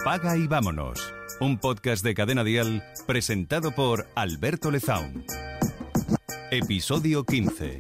Apaga y vámonos. Un podcast de Cadena Dial presentado por Alberto Lezaun. Episodio 15.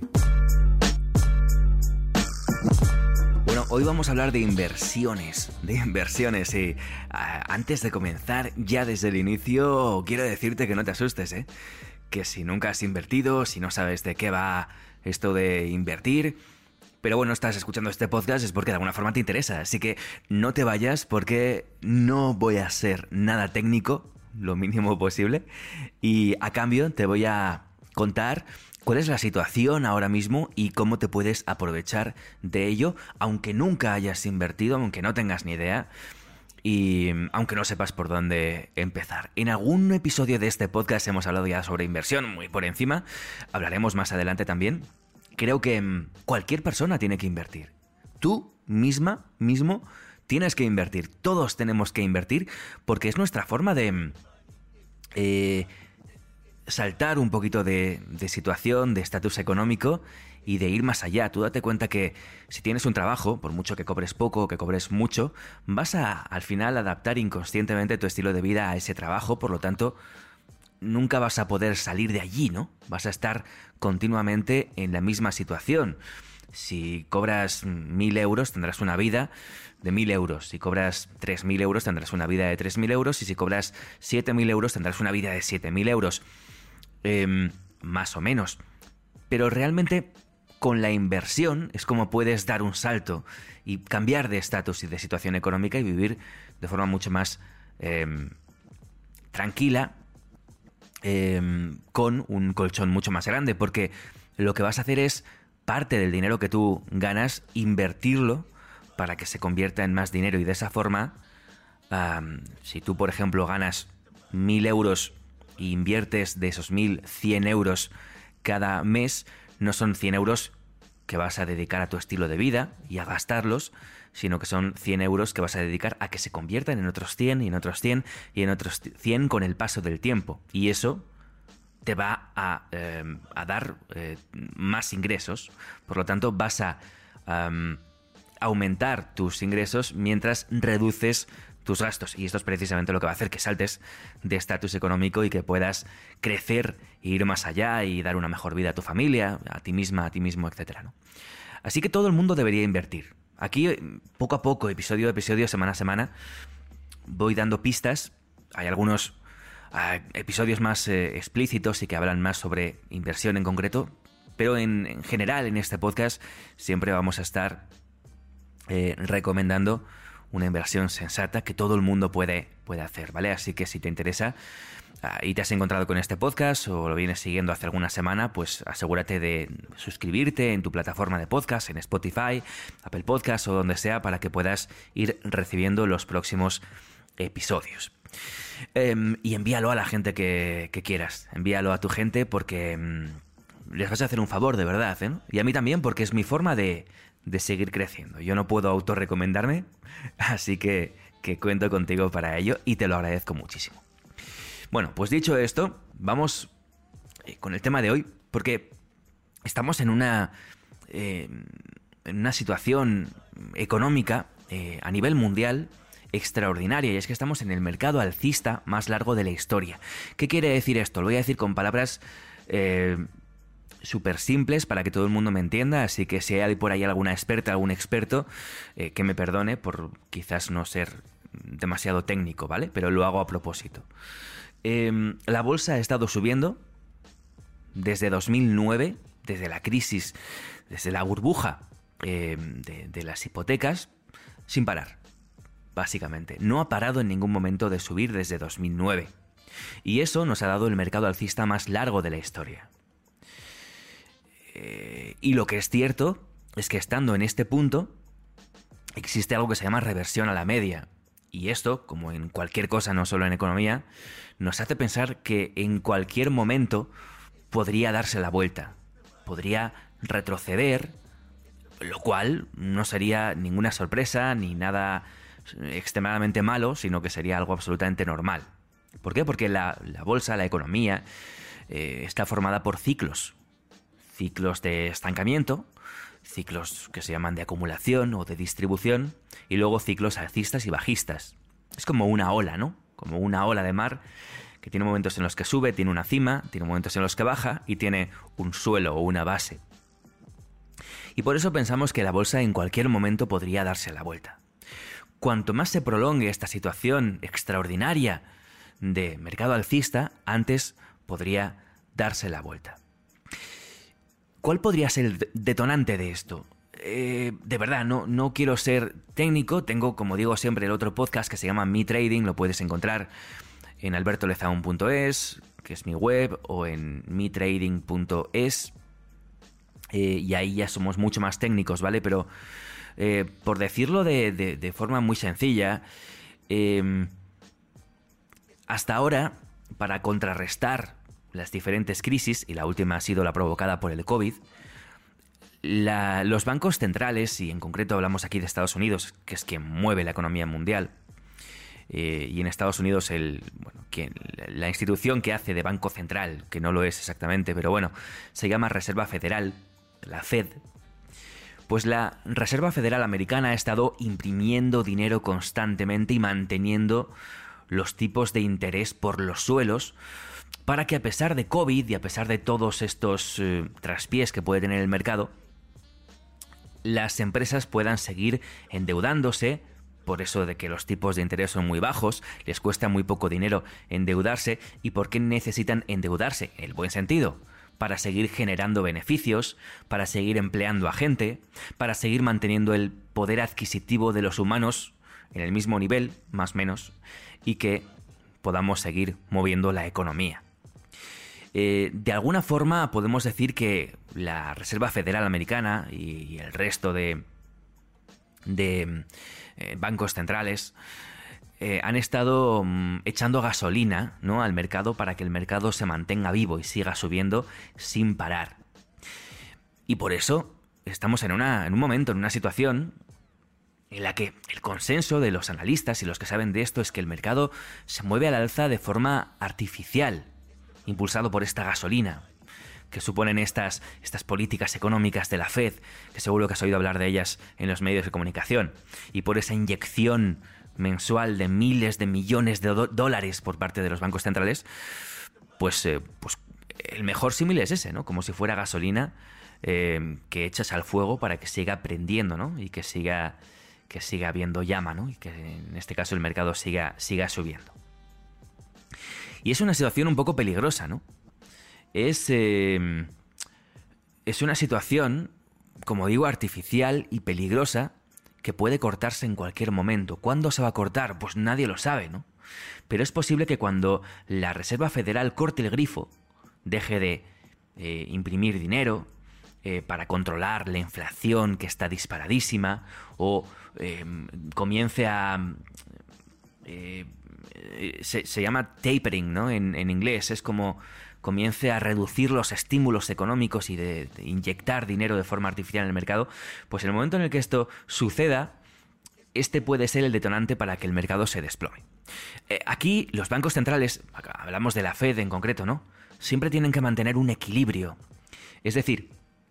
Bueno, hoy vamos a hablar de inversiones, y antes de comenzar, ya desde el inicio, quiero decirte que no te asustes, que si nunca has invertido, si no sabes de qué va esto de invertir, pero bueno, estás escuchando este podcast es porque de alguna forma te interesa, así que no te vayas porque no voy a ser nada técnico, lo mínimo posible, y a cambio te voy a contar cuál es la situación ahora mismo y cómo te puedes aprovechar de ello, aunque nunca hayas invertido, aunque no tengas ni idea y aunque no sepas por dónde empezar. En algún episodio de este podcast hemos hablado ya sobre inversión, muy por encima, hablaremos más adelante también. Creo que cualquier persona tiene que invertir. Tú mismo tienes que invertir. Todos tenemos que invertir porque es nuestra forma de saltar un poquito de situación, de estatus económico y de ir más allá. Tú date cuenta que si tienes un trabajo, por mucho que cobres poco o que cobres mucho, vas a al final adaptar inconscientemente tu estilo de vida a ese trabajo, por lo tanto nunca vas a poder salir de allí, ¿no? Vas a estar continuamente en la misma situación. Si cobras 1.000 euros tendrás una vida de 1.000 euros. Si cobras 3.000 euros tendrás una vida de 3.000 euros. Y si cobras 7.000 euros tendrás una vida de 7.000 euros. Más o menos. Pero realmente con la inversión es como puedes dar un salto y cambiar de estatus y de situación económica y vivir de forma mucho más tranquila, con un colchón mucho más grande, porque lo que vas a hacer es parte del dinero que tú ganas, invertirlo para que se convierta en más dinero y de esa forma, si tú por ejemplo ganas 1.000 euros e inviertes de esos 1.000 100 euros cada mes, no son 100 euros que vas a dedicar a tu estilo de vida y a gastarlos, sino que son 100 euros que vas a dedicar a que se conviertan en otros 100 y en otros 100 y en otros 100 con el paso del tiempo. Y eso te va a dar más ingresos. Por lo tanto, vas a aumentar tus ingresos mientras reduces tus gastos. Y esto es precisamente lo que va a hacer que saltes de estatus económico y que puedas crecer e ir más allá y dar una mejor vida a tu familia, a ti misma, a ti mismo, etcétera, ¿no? Así que todo el mundo debería invertir. Aquí, poco a poco, episodio a episodio, semana a semana, voy dando pistas. Hay algunos episodios más explícitos y que hablan más sobre inversión en concreto, pero en general en este podcast siempre vamos a estar recomendando una inversión sensata que todo el mundo puede hacer, ¿vale? Así que si te interesa y te has encontrado con este podcast o lo vienes siguiendo hace alguna semana, pues asegúrate de suscribirte en tu plataforma de podcast, en Spotify, Apple Podcast o donde sea, para que puedas ir recibiendo los próximos episodios. Y envíalo a la gente que quieras, envíalo a tu gente porque les vas a hacer un favor de verdad, ¿eh? Y a mí también, porque es mi forma de seguir creciendo. Yo no puedo autorrecomendarme, así que cuento contigo para ello y te lo agradezco muchísimo. Bueno, pues dicho esto, vamos con el tema de hoy, porque estamos en una situación económica a nivel mundial extraordinaria, y es que estamos en el mercado alcista más largo de la historia. ¿Qué quiere decir esto? Lo voy a decir con palabras súper simples para que todo el mundo me entienda, así que si hay por ahí alguna experta, algún experto, que me perdone por quizás no ser demasiado técnico, ¿vale? Pero lo hago a propósito. La bolsa ha estado subiendo desde 2009, desde la crisis, desde la burbuja de las hipotecas, sin parar, básicamente. No ha parado en ningún momento de subir desde 2009. Y eso nos ha dado el mercado alcista más largo de la historia. Y lo que es cierto es que estando en este punto existe algo que se llama reversión a la media. Y esto, como en cualquier cosa, no solo en economía, nos hace pensar que en cualquier momento podría darse la vuelta. Podría retroceder, lo cual no sería ninguna sorpresa ni nada extremadamente malo, sino que sería algo absolutamente normal. ¿Por qué? Porque la bolsa, la economía, está formada por ciclos. Ciclos de estancamiento, ciclos que se llaman de acumulación o de distribución, y luego ciclos alcistas y bajistas. Es como una ola, ¿no? Como una ola de mar que tiene momentos en los que sube, tiene una cima, tiene momentos en los que baja y tiene un suelo o una base. Y por eso pensamos que la bolsa en cualquier momento podría darse la vuelta. Cuanto más se prolongue esta situación extraordinaria de mercado alcista, antes podría darse la vuelta. ¿Cuál podría ser el detonante de esto? De verdad, no quiero ser técnico. Tengo, como digo siempre, el otro podcast que se llama Mi Trading. Lo puedes encontrar en albertolezaun.es, que es mi web, o en mitrading.es. Y ahí ya somos mucho más técnicos, ¿vale? Pero por decirlo de forma muy sencilla, hasta ahora, para contrarrestar las diferentes crisis, y la última ha sido la provocada por el COVID, los bancos centrales, y en concreto hablamos aquí de Estados Unidos, que es quien mueve la economía mundial, y en Estados Unidos la institución que hace de banco central, que no lo es exactamente, pero bueno, se llama Reserva Federal, la Fed. Pues la Reserva Federal Americana ha estado imprimiendo dinero constantemente y manteniendo los tipos de interés por los suelos, para que a pesar de COVID y a pesar de todos estos traspiés que puede tener el mercado, las empresas puedan seguir endeudándose. Por eso de que los tipos de interés son muy bajos, les cuesta muy poco dinero endeudarse. ¿Y por qué necesitan endeudarse? En el buen sentido, para seguir generando beneficios, para seguir empleando a gente, para seguir manteniendo el poder adquisitivo de los humanos en el mismo nivel, más o menos, y que podamos seguir moviendo la economía. De alguna forma podemos decir que la Reserva Federal Americana y el resto de bancos centrales han estado echando gasolina, ¿no?, al mercado, para que el mercado se mantenga vivo y siga subiendo sin parar. Y por eso estamos en un momento, en una situación en la que el consenso de los analistas y los que saben de esto es que el mercado se mueve al alza de forma artificial, impulsado por esta gasolina que suponen estas políticas económicas de la Fed, que seguro que has oído hablar de ellas en los medios de comunicación, y por esa inyección mensual de miles de millones de dólares por parte de los bancos centrales. Pues el mejor símil es ese, ¿no? Como si fuera gasolina que echas al fuego para que siga prendiendo, ¿no? Y que siga habiendo llama, ¿no? Y que en este caso el mercado siga subiendo. Y es una situación un poco peligrosa, ¿no? Es una situación, como digo, artificial y peligrosa, que puede cortarse en cualquier momento. ¿Cuándo se va a cortar? Pues nadie lo sabe, ¿no? Pero es posible que cuando la Reserva Federal corte el grifo, deje de imprimir dinero para controlar la inflación, que está disparadísima, o comience a... se llama tapering, ¿no? En inglés. Es como comience a reducir los estímulos económicos y de inyectar dinero de forma artificial en el mercado. Pues en el momento en el que esto suceda, este puede ser el detonante para que el mercado se desplome. Aquí los bancos centrales, hablamos de la Fed en concreto, ¿no?, siempre tienen que mantener un equilibrio. Es decir,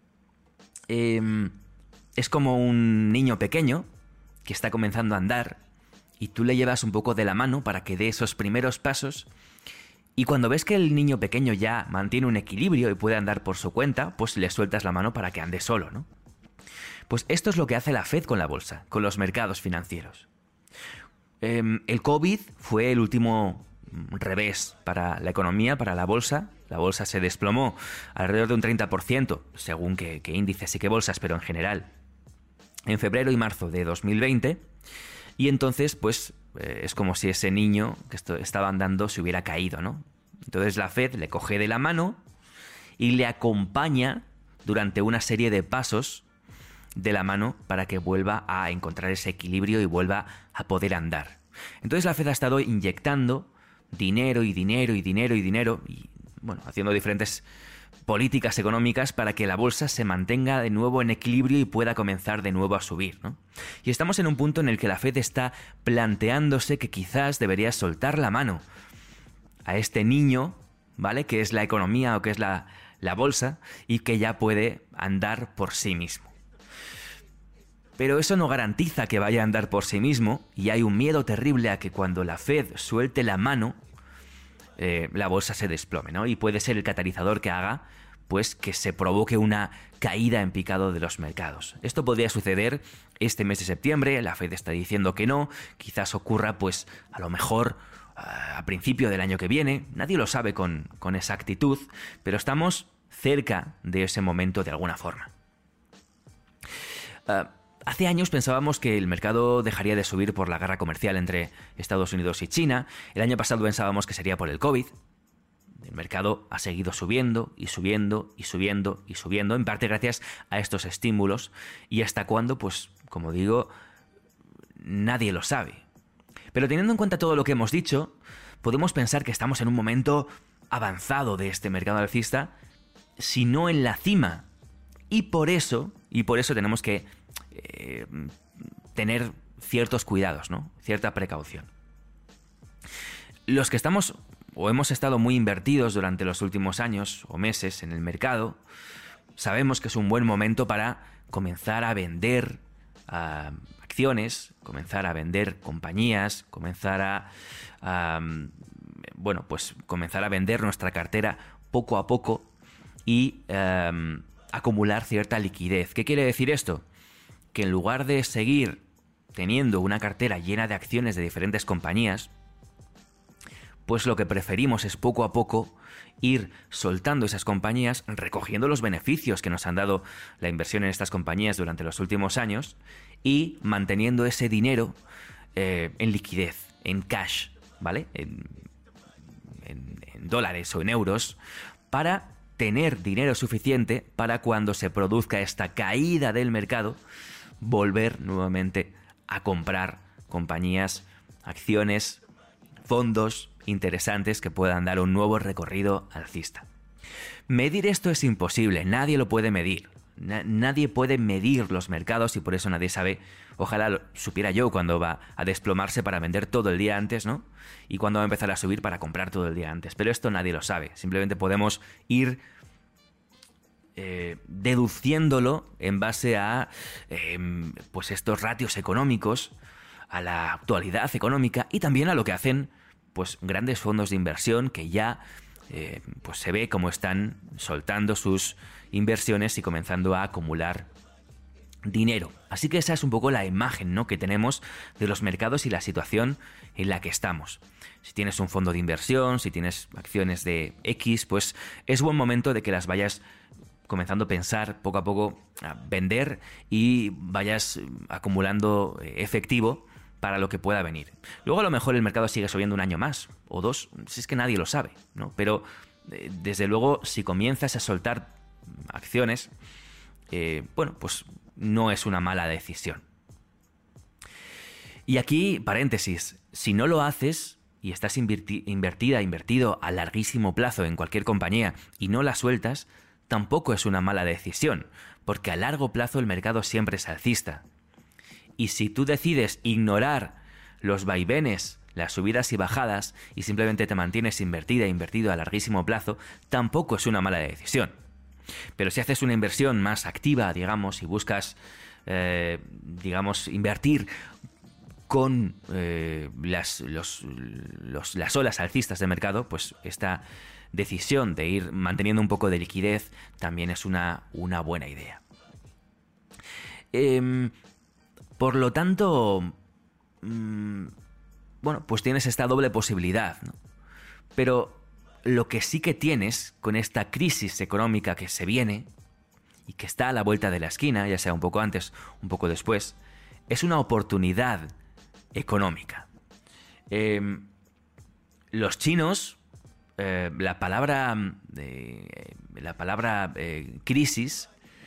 es como un niño pequeño que está comenzando a andar y tú le llevas un poco de la mano para que dé esos primeros pasos, y cuando ves que el niño pequeño ya mantiene un equilibrio y puede andar por su cuenta, pues le sueltas la mano para que ande solo, ¿no? Pues esto es lo que hace la Fed con la bolsa, con los mercados financieros. El COVID fue el último revés para la economía, para la bolsa. La bolsa se desplomó alrededor de un 30%, según qué índices y qué bolsas, pero en general, en febrero y marzo de 2020. Y entonces, pues, es como si ese niño que estaba andando se hubiera caído, ¿no? Entonces la Fed le coge de la mano y le acompaña durante una serie de pasos de la mano para que vuelva a encontrar ese equilibrio y vuelva a poder andar. Entonces la Fed ha estado inyectando dinero y dinero y dinero y dinero y, bueno, haciendo diferentes políticas económicas para que la bolsa se mantenga de nuevo en equilibrio y pueda comenzar de nuevo a subir, ¿no? Y estamos en un punto en el que la Fed está planteándose que quizás debería soltar la mano a este niño, ¿vale?, que es la economía o que es la bolsa, y que ya puede andar por sí mismo. Pero eso no garantiza que vaya a andar por sí mismo, y hay un miedo terrible a que cuando la Fed suelte la mano, la bolsa se desplome, ¿no? Y puede ser el catalizador que haga pues que se provoque una caída en picado de los mercados. Esto podría suceder este mes de septiembre, la Fed está diciendo que no, quizás ocurra pues a lo mejor a principio del año que viene, nadie lo sabe con exactitud, pero estamos cerca de ese momento de alguna forma. Hace años pensábamos que el mercado dejaría de subir por la guerra comercial entre Estados Unidos y China. El año pasado pensábamos que sería por el COVID. El mercado ha seguido subiendo y subiendo y subiendo y subiendo, en parte gracias a estos estímulos. ¿Y hasta cuándo? Pues, como digo, nadie lo sabe. Pero teniendo en cuenta todo lo que hemos dicho, podemos pensar que estamos en un momento avanzado de este mercado alcista, si no en la cima. Y por eso tenemos que tener ciertos cuidados, ¿no? Cierta precaución. Los que estamos o hemos estado muy invertidos durante los últimos años o meses en el mercado, sabemos que es un buen momento para comenzar a vender acciones, comenzar a vender compañías, comenzar comenzar a vender nuestra cartera poco a poco y acumular cierta liquidez. ¿Qué quiere decir esto? Que en lugar de seguir teniendo una cartera llena de acciones de diferentes compañías, pues lo que preferimos es poco a poco ir soltando esas compañías, recogiendo los beneficios que nos han dado la inversión en estas compañías durante los últimos años y manteniendo ese dinero en liquidez, en cash, ¿vale? En dólares o en euros, para tener dinero suficiente para cuando se produzca esta caída del mercado, volver nuevamente a comprar compañías, acciones, fondos interesantes que puedan dar un nuevo recorrido alcista. Medir esto es imposible, nadie lo puede medir. Nadie puede medir los mercados y por eso nadie sabe, ojalá lo supiera yo cuando va a desplomarse para vender todo el día antes, ¿no? Y cuando va a empezar a subir para comprar todo el día antes. Pero esto nadie lo sabe, simplemente podemos ir deduciéndolo en base a pues estos ratios económicos, a la actualidad económica y también a lo que hacen pues grandes fondos de inversión que ya pues se ve cómo están soltando sus inversiones y comenzando a acumular dinero. Así que esa es un poco la imagen, ¿no?, que tenemos de los mercados y la situación en la que estamos. Si tienes un fondo de inversión, si tienes acciones de X, pues es buen momento de que las vayas comenzando a pensar poco a poco, a vender y vayas acumulando efectivo para lo que pueda venir. Luego a lo mejor el mercado sigue subiendo un año más o dos, si es que nadie lo sabe, ¿no? Pero desde luego si comienzas a soltar acciones, pues no es una mala decisión. Y aquí, paréntesis, si no lo haces y estás invertido a larguísimo plazo en cualquier compañía y no la sueltas, tampoco es una mala decisión, porque a largo plazo el mercado siempre es alcista. Y si tú decides ignorar los vaivenes, las subidas y bajadas, y simplemente te mantienes invertido a larguísimo plazo, tampoco es una mala decisión. Pero si haces una inversión más activa, digamos, y buscas, invertir con las olas alcistas de mercado, pues esta decisión de ir manteniendo un poco de liquidez también es una buena idea. Por lo tanto, pues tienes esta doble posibilidad, ¿no? Pero lo que sí que tienes con esta crisis económica que se viene y que está a la vuelta de la esquina, ya sea un poco antes, un poco después, es una oportunidad económica. Los chinos, la palabra crisis,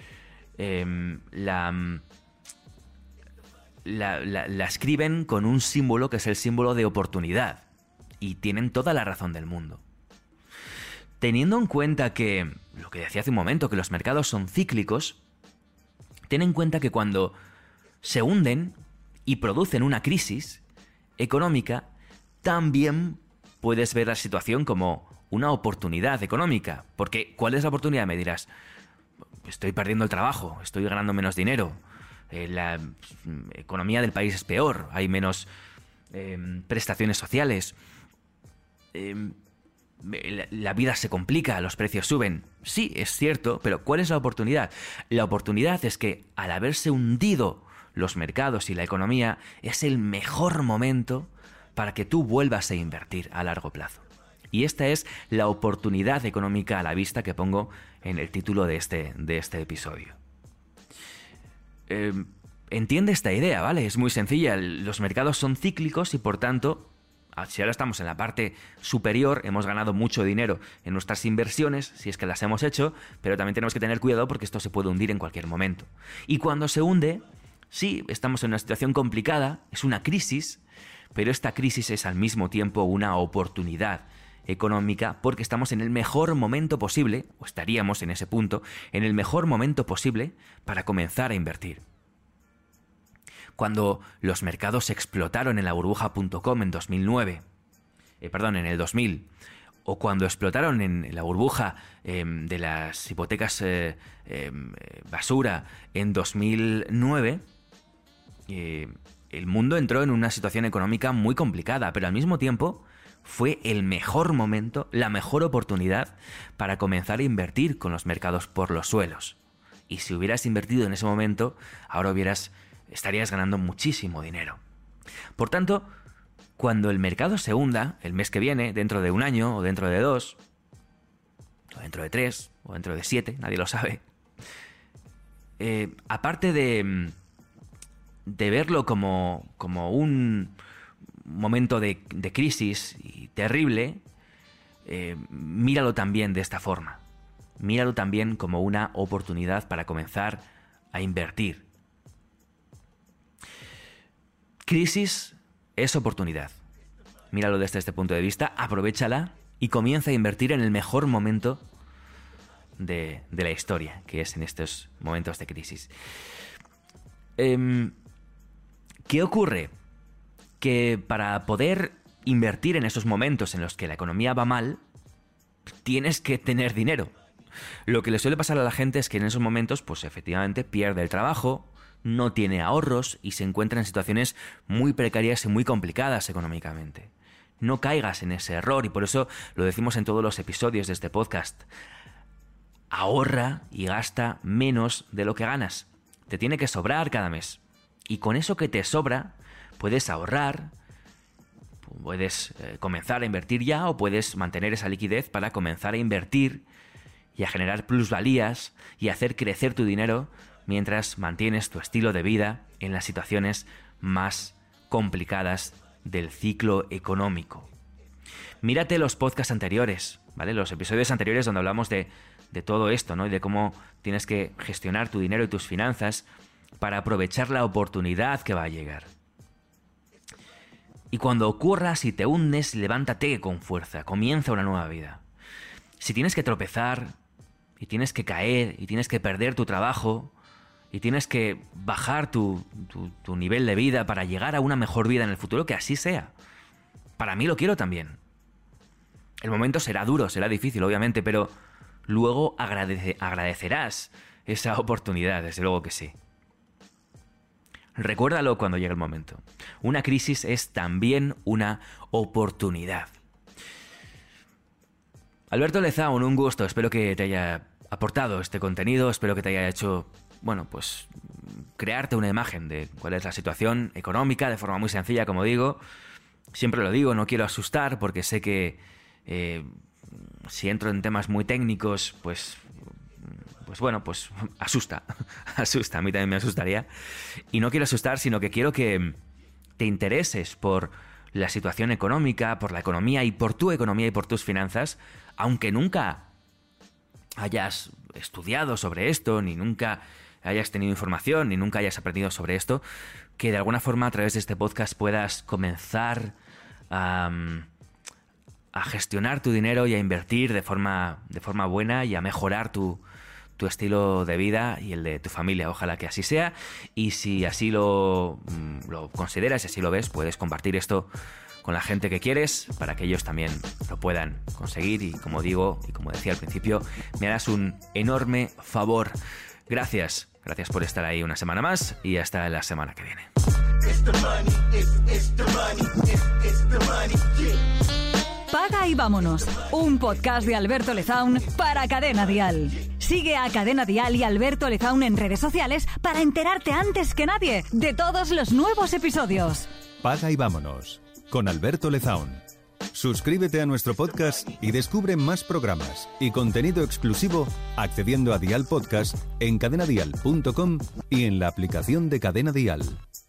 la escriben con un símbolo que es el símbolo de oportunidad. Y tienen toda la razón del mundo. Teniendo en cuenta que, lo que decía hace un momento, que los mercados son cíclicos, ten en cuenta que cuando se hunden y producen una crisis económica, también puedes ver la situación como una oportunidad económica. Porque, ¿cuál es la oportunidad? Me dirás, estoy perdiendo el trabajo, estoy ganando menos dinero, la economía del país es peor, hay menos prestaciones sociales, la vida se complica, los precios suben. Sí, es cierto, pero ¿cuál es la oportunidad? La oportunidad es que al haberse hundido los mercados y la economía, es el mejor momento para que tú vuelvas a invertir a largo plazo. Y esta es la oportunidad económica a la vista que pongo en el título de este episodio. Entiende esta idea, ¿vale? Es muy sencilla. Los mercados son cíclicos y, por tanto, si ahora estamos en la parte superior, hemos ganado mucho dinero en nuestras inversiones, si es que las hemos hecho, pero también tenemos que tener cuidado porque esto se puede hundir en cualquier momento. Y cuando se hunde, sí, estamos en una situación complicada, es una crisis, pero esta crisis es al mismo tiempo una oportunidad económica porque estamos en el mejor momento posible, o estaríamos en ese punto, en el mejor momento posible para comenzar a invertir. Cuando los mercados explotaron en la burbuja.com en en el 2000, o cuando explotaron en la burbuja de las hipotecas basura en 2009, el mundo entró en una situación económica muy complicada, pero al mismo tiempo fue el mejor momento, la mejor oportunidad para comenzar a invertir con los mercados por los suelos. Y si hubieras invertido en ese momento, ahora estarías ganando muchísimo dinero. Por tanto, cuando el mercado se hunda, el mes que viene, dentro de un año, o dentro de 2, o dentro de 3, o dentro de 7, nadie lo sabe, aparte de verlo como un momento de crisis y terrible, míralo también de esta forma. Míralo también como una oportunidad para comenzar a invertir. Crisis es oportunidad. Míralo desde este punto de vista, aprovéchala y comienza a invertir en el mejor momento de la historia, que es en estos momentos de crisis. ¿Qué ocurre? Que para poder invertir en esos momentos en los que la economía va mal, tienes que tener dinero. Lo que le suele pasar a la gente es que en esos momentos, pues efectivamente pierde el trabajo, no tiene ahorros y se encuentra en situaciones muy precarias y muy complicadas económicamente. No caigas en ese error y por eso lo decimos en todos los episodios de este podcast. Ahorra y gasta menos de lo que ganas. Te tiene que sobrar cada mes. Y con eso que te sobra, puedes ahorrar, puedes comenzar a invertir ya o puedes mantener esa liquidez para comenzar a invertir y a generar plusvalías y hacer crecer tu dinero mientras mantienes tu estilo de vida en las situaciones más complicadas del ciclo económico. Mírate los podcasts anteriores, ¿vale? Los episodios anteriores donde hablamos de todo esto, ¿no? Y de cómo tienes que gestionar tu dinero y tus finanzas para aprovechar la oportunidad que va a llegar. Y cuando ocurra, si te hundes, levántate con fuerza, comienza una nueva vida. Si tienes que tropezar, y tienes que caer, y tienes que perder tu trabajo, y tienes que bajar tu nivel de vida para llegar a una mejor vida en el futuro, que así sea. Para mí lo quiero también. El momento será duro, será difícil, obviamente, pero luego agradecerás esa oportunidad, desde luego que sí. Recuérdalo cuando llegue el momento. Una crisis es también una oportunidad. Alberto Lezaun, un gusto. Espero que te haya aportado este contenido. Espero que te haya hecho, pues crearte una imagen de cuál es la situación económica de forma muy sencilla, como digo. Siempre lo digo, no quiero asustar porque sé que si entro en temas muy técnicos, pues asusta. A mí también me asustaría. Y no quiero asustar, sino que quiero que te intereses por la situación económica, por la economía y por tu economía y por tus finanzas, aunque nunca hayas estudiado sobre esto, ni nunca hayas tenido información, ni nunca hayas aprendido sobre esto, que de alguna forma a través de este podcast puedas comenzar a gestionar tu dinero y a invertir de forma buena y a mejorar tu estilo de vida y el de tu familia. Ojalá que así sea. Y si así lo consideras y así lo ves, puedes compartir esto con la gente que quieres para que ellos también lo puedan conseguir. Y como digo, y como decía al principio, me harás un enorme favor. Gracias Gracias por estar ahí una semana más y hasta la semana que viene. Paga y vámonos, un podcast de Alberto Lezaun para Cadena Dial. Sigue a Cadena Dial y Alberto Lezaun en redes sociales para enterarte antes que nadie de todos los nuevos episodios. Paga y vámonos, con Alberto Lezaun. Suscríbete a nuestro podcast y descubre más programas y contenido exclusivo accediendo a Dial Podcast en cadenadial.com y en la aplicación de Cadena Dial.